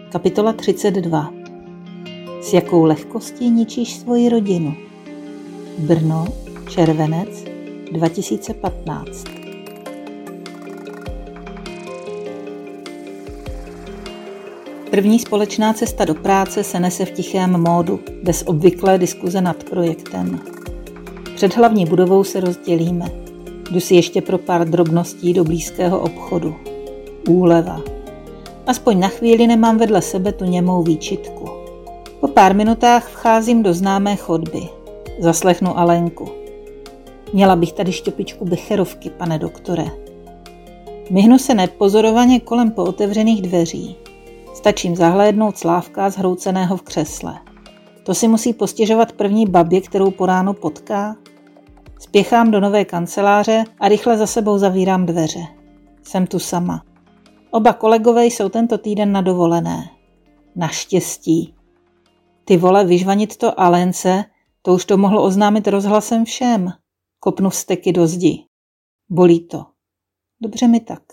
Kapitola 32. S jakou lehkostí ničíš svoji rodinu? Brno, červenec 2015. První společná cesta do práce se nese v tichém módu, bez obvyklé diskuze nad projektem. Před hlavní budovou se rozdělíme. Jdu si ještě pro pár drobností do blízkého obchodu. Úleva. Aspoň na chvíli nemám vedle sebe tu němou výčitku. Po pár minutách vcházím do známé chodby. Zaslechnu Alenku. Měla bych tady šťopičku becherovky, pane doktore. Myhnu se nepozorovaně kolem pootevřených dveří. Stačím zahlédnout Slávka zhrouceného v křesle. To si musí postěžovat první babě, kterou po ránu potká. Spěchám do nové kanceláře a rychle za sebou zavírám dveře. Jsem tu sama. Oba kolegové jsou tento týden na dovolené. Naštěstí. Ty vole, vyžvanit to Alence, to už to mohlo oznámit rozhlasem všem. Kopnu vzteky do zdi. Bolí to. Dobře mi tak.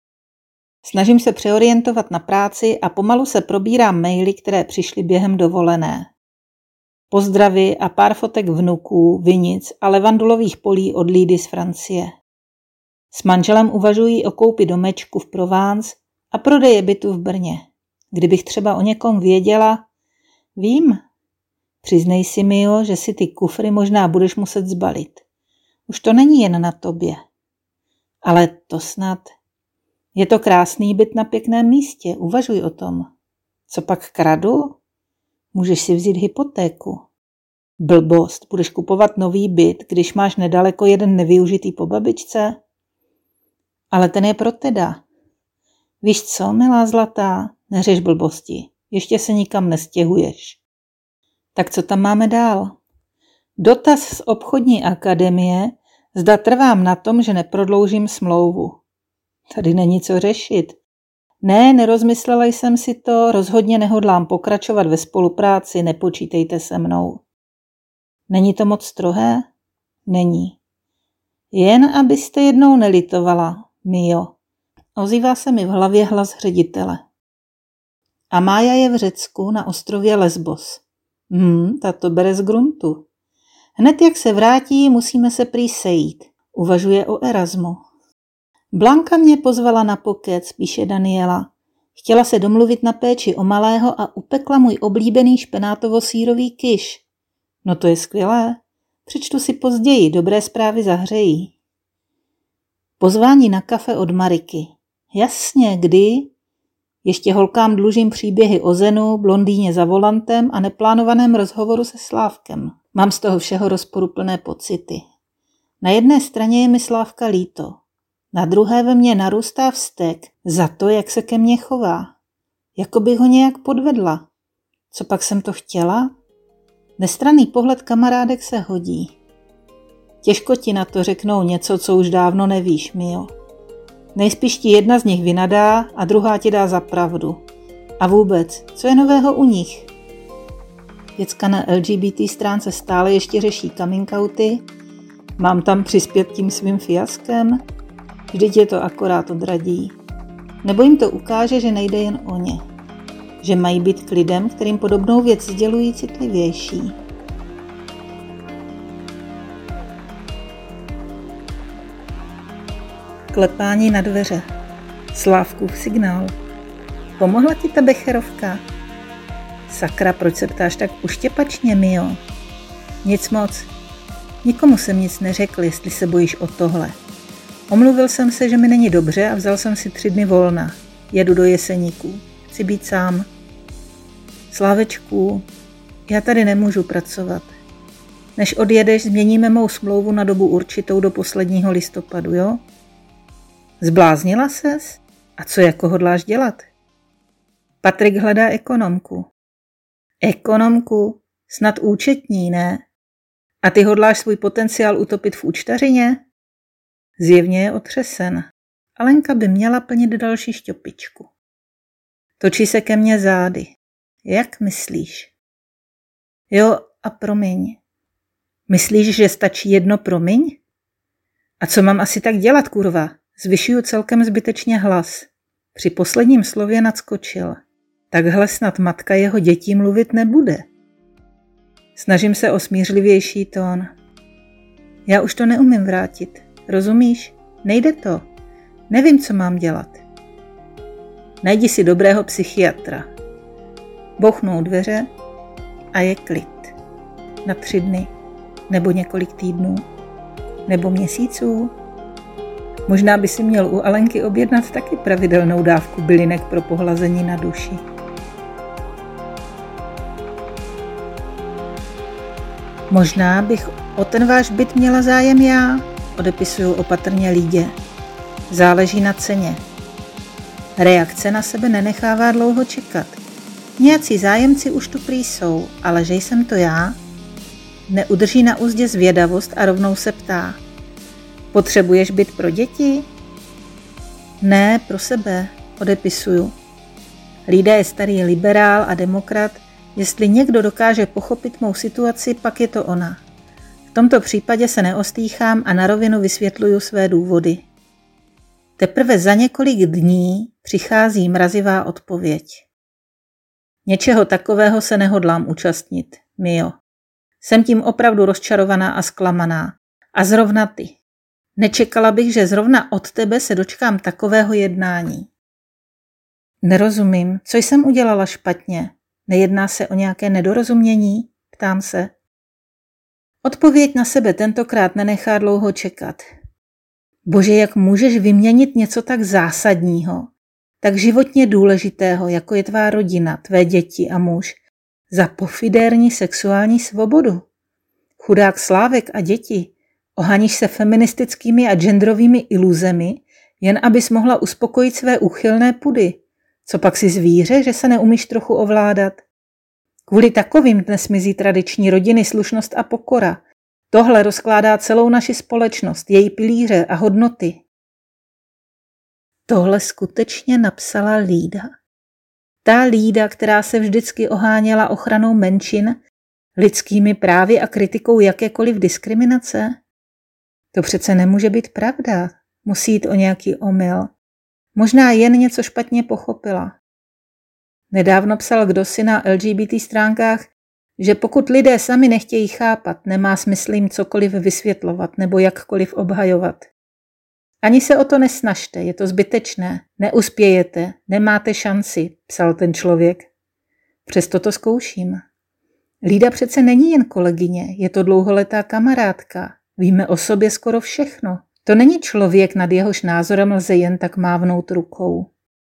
Snažím se přeorientovat na práci a pomalu se probírám maily, které přišly během dovolené. Pozdravy a pár fotek vnuků, vinic a levandulových polí od Lídy z Francie. S manželem uvažují o koupi domečku v Provence a prodeje bytu v Brně. Kdybych třeba o někom věděla, vím. Přiznej si, Mio, že si ty kufry možná budeš muset zbalit. Už to není jen na tobě. Ale to snad. Je to krásný byt na pěkném místě, uvažuj o tom. Co pak kradu? Můžeš si vzít hypotéku. Blbost, budeš kupovat nový byt, když máš nedaleko jeden nevyužitý po babičce? Ale ten je pro teda. Víš co, milá zlatá, neřeš blbosti, ještě se nikam nestěhuješ. Tak co tam máme dál? Dotaz z obchodní akademie, zda trvám na tom, že neprodloužím smlouvu. Tady není co řešit. Ne, nerozmyslela jsem si to, rozhodně nehodlám pokračovat ve spolupráci, nepočítejte se mnou. Není to moc strohé? Není. Jen abyste jednou nelitovala, Mio. Ozývá se mi v hlavě hlas ředitele. A Mája je v Řecku na ostrově Lesbos. Ta to bere z gruntu. Hned jak se vrátí, musíme se prý sejít. Uvažuje o Erasmu. Blanka mě pozvala na pokec, píše Daniela. Chtěla se domluvit na péči o malého a upekla můj oblíbený špenátovo-sýrový kyš. No to je skvělé. Přečtu si později, dobré zprávy zahřejí. Pozvání na kafe od Mariky. Jasně, kdy? Ještě holkám dlužím příběhy o Zenu, blondýně za volantem a neplánovaném rozhovoru se Slávkem. Mám z toho všeho rozporuplné pocity. Na jedné straně je mi Slávka líto. Na druhé ve mně narůstá vztek za to, jak se ke mně chová. Jako bych ho nějak podvedla. Co pak jsem to chtěla? Nestranný pohled kamarádek se hodí. Těžko ti na to řeknou něco, co už dávno nevíš, Mio. Nejspíš ti jedna z nich vynadá a druhá ti dá za pravdu. A vůbec, co je nového u nich? Děcka na LGBT stránce stále ještě řeší coming outy. Mám tam přispět tím svým fiaskem? Vždyť je to akorát odradí. Nebo jim to ukáže, že nejde jen o ně. Že mají být k lidem, kterým podobnou věc sdělují, citlivější. Klepání na dveře. Slávkův signál. Pomohla ti ta becherovka? Sakra, proč se ptáš tak uštěpačně, Mio? Nic moc. Nikomu jsem nic neřekl, jestli se bojíš o tohle. Omluvil jsem se, že mi není dobře a vzal jsem si 3 dny volna. Jedu do Jeseníků. Chci být sám. Slávečku, já tady nemůžu pracovat. Než odjedeš, změníme mou smlouvu na dobu určitou do posledního listopadu, jo? Zbláznila ses? A co jako hodláš dělat? Patrik hledá ekonomku. Ekonomku? Snad účetní, ne? A ty hodláš svůj potenciál utopit v účtařině? Zjevně je otřesen. Alenka by měla plnit další šťopičku. Točí se ke mně zády. Jak myslíš? Jo, a promiň. Myslíš, že stačí jedno promiň? A co mám asi tak dělat, kurva? Zvyšuju celkem zbytečně hlas. Při posledním slově nadskočil. Takhle snad matka jeho dětí mluvit nebude. Snažím se o smířlivější tón. Já už to neumím vrátit. Rozumíš? Nejde to. Nevím, co mám dělat. Najdi si dobrého psychiatra. Bouchnou dveře a je klid. Na 3 dny, nebo několik týdnů, nebo měsíců. Možná by si měl u Alenky objednat taky pravidelnou dávku bylinek pro pohlazení na duši. Možná bych o ten váš byt měla zájem já, odepisuju opatrně Lídě. Záleží na ceně. Reakce na sebe nenechává dlouho čekat. Nějací zájemci už tu prý jsou, ale že jsem to já? Neudrží na úzdě zvědavost a rovnou se ptá. Potřebuješ byt pro děti? Ne, pro sebe, odepisuju. Lída je starý liberál a demokrat. Jestli někdo dokáže pochopit mou situaci, pak je to ona. V tomto případě se neostýchám a na rovinu vysvětluju své důvody. Teprve za několik dní přichází mrazivá odpověď. Něčeho takového se nehodlám účastnit, Mio. Jsem tím opravdu rozčarovaná a zklamaná. A zrovna ty. Nečekala bych, že zrovna od tebe se dočkám takového jednání. Nerozumím, co jsem udělala špatně. Nejedná se o nějaké nedorozumění? Ptám se. Odpověď na sebe tentokrát nenechá dlouho čekat. Bože, jak můžeš vyměnit něco tak zásadního, tak životně důležitého, jako je tvá rodina, tvé děti a muž, za pofidérní sexuální svobodu? Chudák Slávek a děti, ohaníš se feministickými a genderovými iluzemi, jen abys mohla uspokojit své úchylné pudy. Co pak si zvíře, že se neumíš trochu ovládat? Kvůli takovým dnes mizí tradiční rodiny, slušnost a pokora. Tohle rozkládá celou naši společnost, její pilíře a hodnoty. Tohle skutečně napsala Lída. Ta Lída, která se vždycky oháněla ochranou menšin, lidskými právy a kritikou jakékoliv diskriminace? To přece nemůže být pravda. Musí jít o nějaký omyl. Možná jen něco špatně pochopila. Nedávno psal kdosi na LGBT stránkách, že pokud lidé sami nechtějí chápat, nemá smysl jim cokoliv vysvětlovat nebo jakkoliv obhajovat. Ani se o to nesnažte, je to zbytečné, neuspějete, nemáte šanci, psal ten člověk. Přesto to zkouším. Lída přece není jen kolegyně, je to dlouholetá kamarádka. Víme o sobě skoro všechno. To není člověk, nad jehož názorem lze jen tak mávnout rukou.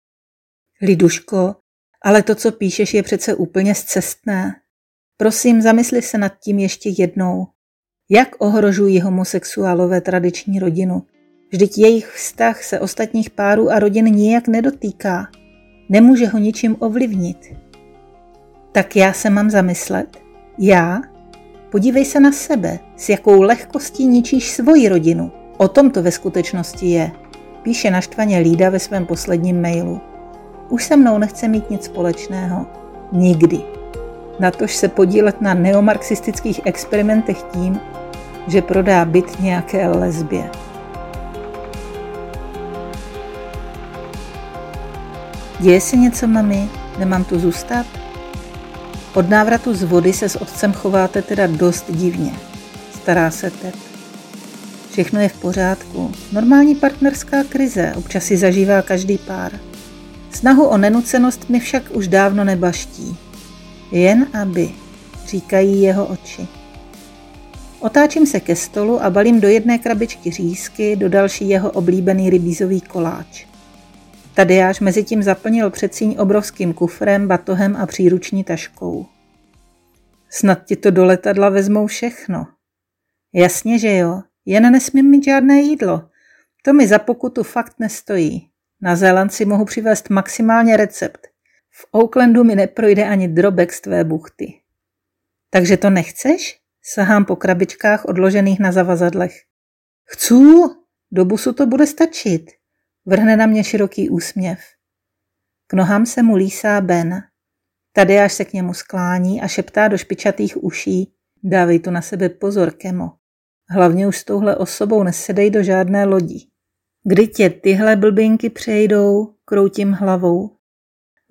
Liduško, ale to, co píšeš, je přece úplně scestné. Prosím, zamysli se nad tím ještě jednou. Jak ohrožují homosexuálové tradiční rodinu? Vždyť jejich vztah se ostatních párů a rodin nijak nedotýká. Nemůže ho ničím ovlivnit. Tak já se mám zamyslet? Já? Podívej se na sebe, s jakou lehkostí ničíš svoji rodinu. O tom to ve skutečnosti je, píše naštvaně Lída ve svém posledním mailu. Už se mnou nechce mít nic společného. Nikdy. Natož se podílet na neomarxistických experimentech tím, že prodá byt nějaké lesbě. Děje se něco, mami? Nemám tu zůstat? Od návratu z vody se s otcem chováte teda dost divně. Stará se Ted. Všechno je v pořádku. Normální partnerská krize, občas si zažívá každý pár. Snahu o nenucenost mi však už dávno nebaští. Jen aby, říkají jeho oči. Otáčím se ke stolu a balím do jedné krabičky řízky, do další jeho oblíbený rybízový koláč. Tadeáš mezitím zaplnil předsíň obrovským kufrem, batohem a příruční taškou. Snad ti to do letadla vezmou všechno. Jasně, že jo, jen nesmím mít žádné jídlo. To mi za pokutu fakt nestojí. Na Zéland si mohu přivést maximálně recept. V Aucklandu mi neprojde ani drobek z tvé buchty. Takže to nechceš? Sahám po krabičkách odložených na zavazadlech. Chci, do busu to bude stačit. Vrhne na mě široký úsměv. K nohám se mu lísá Ben. Tadeáš se k němu sklání a šeptá do špičatých uší. Dávej tu na sebe pozor, Kemo. Hlavně už s touhle osobou nesedej do žádné lodi. Kdy tě tyhle blbinky přejdou, kroutím hlavou.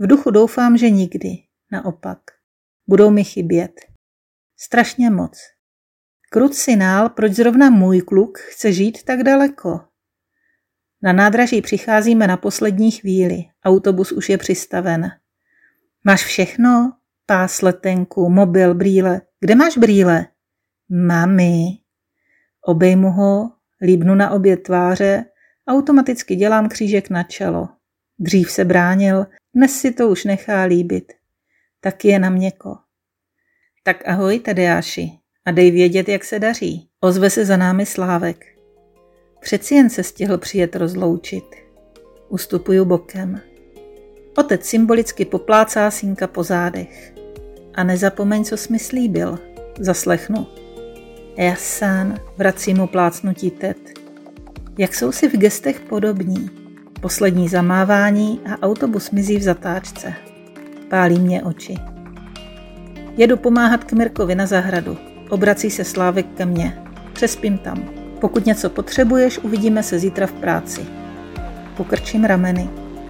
V duchu doufám, že nikdy. Naopak. Budou mi chybět. Strašně moc. Krut si nál, proč zrovna můj kluk chce žít tak daleko. Na nádraží přicházíme na poslední chvíli. Autobus už je přistaven. Máš všechno? Pás, letenku, mobil, brýle. Kde máš brýle? Mami. Obejmu ho, líbnu na obě tváře, automaticky dělám křížek na čelo. Dřív se bránil, dnes si to už nechá líbit. Tak je na měko. Tak ahoj, Tadeáši, a dej vědět, jak se daří. Ozve se za námi Slávek. Přeci jen se stihl přijet rozloučit. Ustupuju bokem. Otec symbolicky poplácá synka po zádech. A nezapomeň, co jsi mi slíbil. Zaslechnu. Jasán, vrací mu plácnutí tet. Jak jsou si v gestech podobní. Poslední zamávání a autobus mizí v zatáčce. Pálí mě oči. Jedu pomáhat k Mirkovi na zahradu. Obrací se Slávek ke mně. Přespím tam. Pokud něco potřebuješ, uvidíme se zítra v práci. Pokrčím rameny.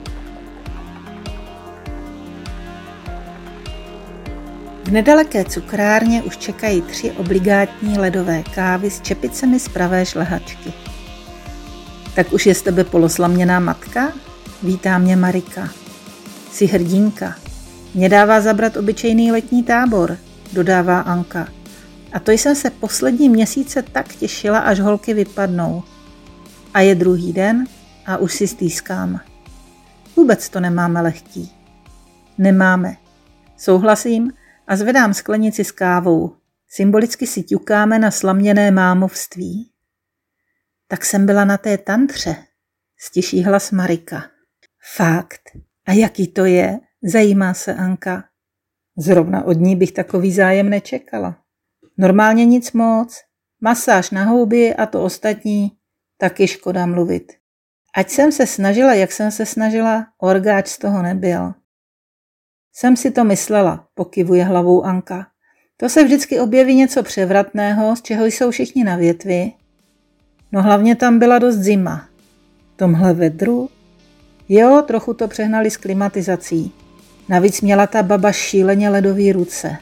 V nedaleké cukrárně už čekají 3 obligátní ledové kávy s čepicemi z pravé šlehačky. Tak už je z tebe poloslaměná matka? Vítá mě Marika. Jsi hrdinka. Mě dává zabrat obyčejný letní tábor, dodává Anka. A to jsem se poslední měsíce tak těšila, až holky vypadnou. A je druhý den a už si stýskám. Vůbec to nemáme lehký. Nemáme. Souhlasím a zvedám sklenici s kávou. Symbolicky si ťukáme na slaměné mámovství. Tak jsem byla na té tantře, stiší hlas Marika. Fakt. A jaký to je? Zajímá se Anka. Zrovna od ní bych takový zájem nečekala. Normálně nic moc. Masáž na houby a to ostatní, taky škoda mluvit. Ať jsem se snažila, jak jsem se snažila, orgáč z toho nebyl. Jsem si to myslela, pokyvuje hlavou Anka. To se vždycky objeví něco převratného, z čeho jsou všichni na větvi. No hlavně tam byla dost zima. V tomhle vedru? Jo, trochu to přehnali s klimatizací. Navíc měla ta baba šíleně ledový ruce.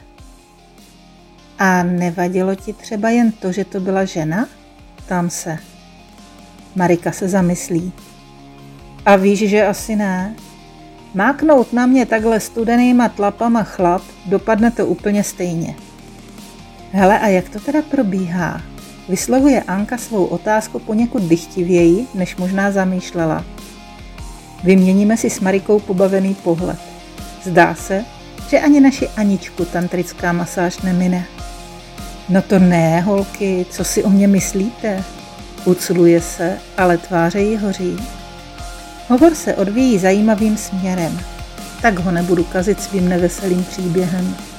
A nevadilo ti třeba jen to, že to byla žena? Ptám se. Marika se zamyslí. A víš, že asi ne? Máknout na mě takhle studenýma tlapama chlap, dopadne to úplně stejně. Hele, a jak to teda probíhá? Vyslovuje Anka svou otázku poněkud dychtivěji, než možná zamýšlela. Vyměníme si s Marikou pobavený pohled. Zdá se, že ani naši Aničku tantrická masáž nemine. No to ne, holky, co si o mě myslíte? Ucluje se, ale tváře jí hoří. Hovor se odvíjí zajímavým směrem. Tak ho nebudu kazit svým neveselým příběhem.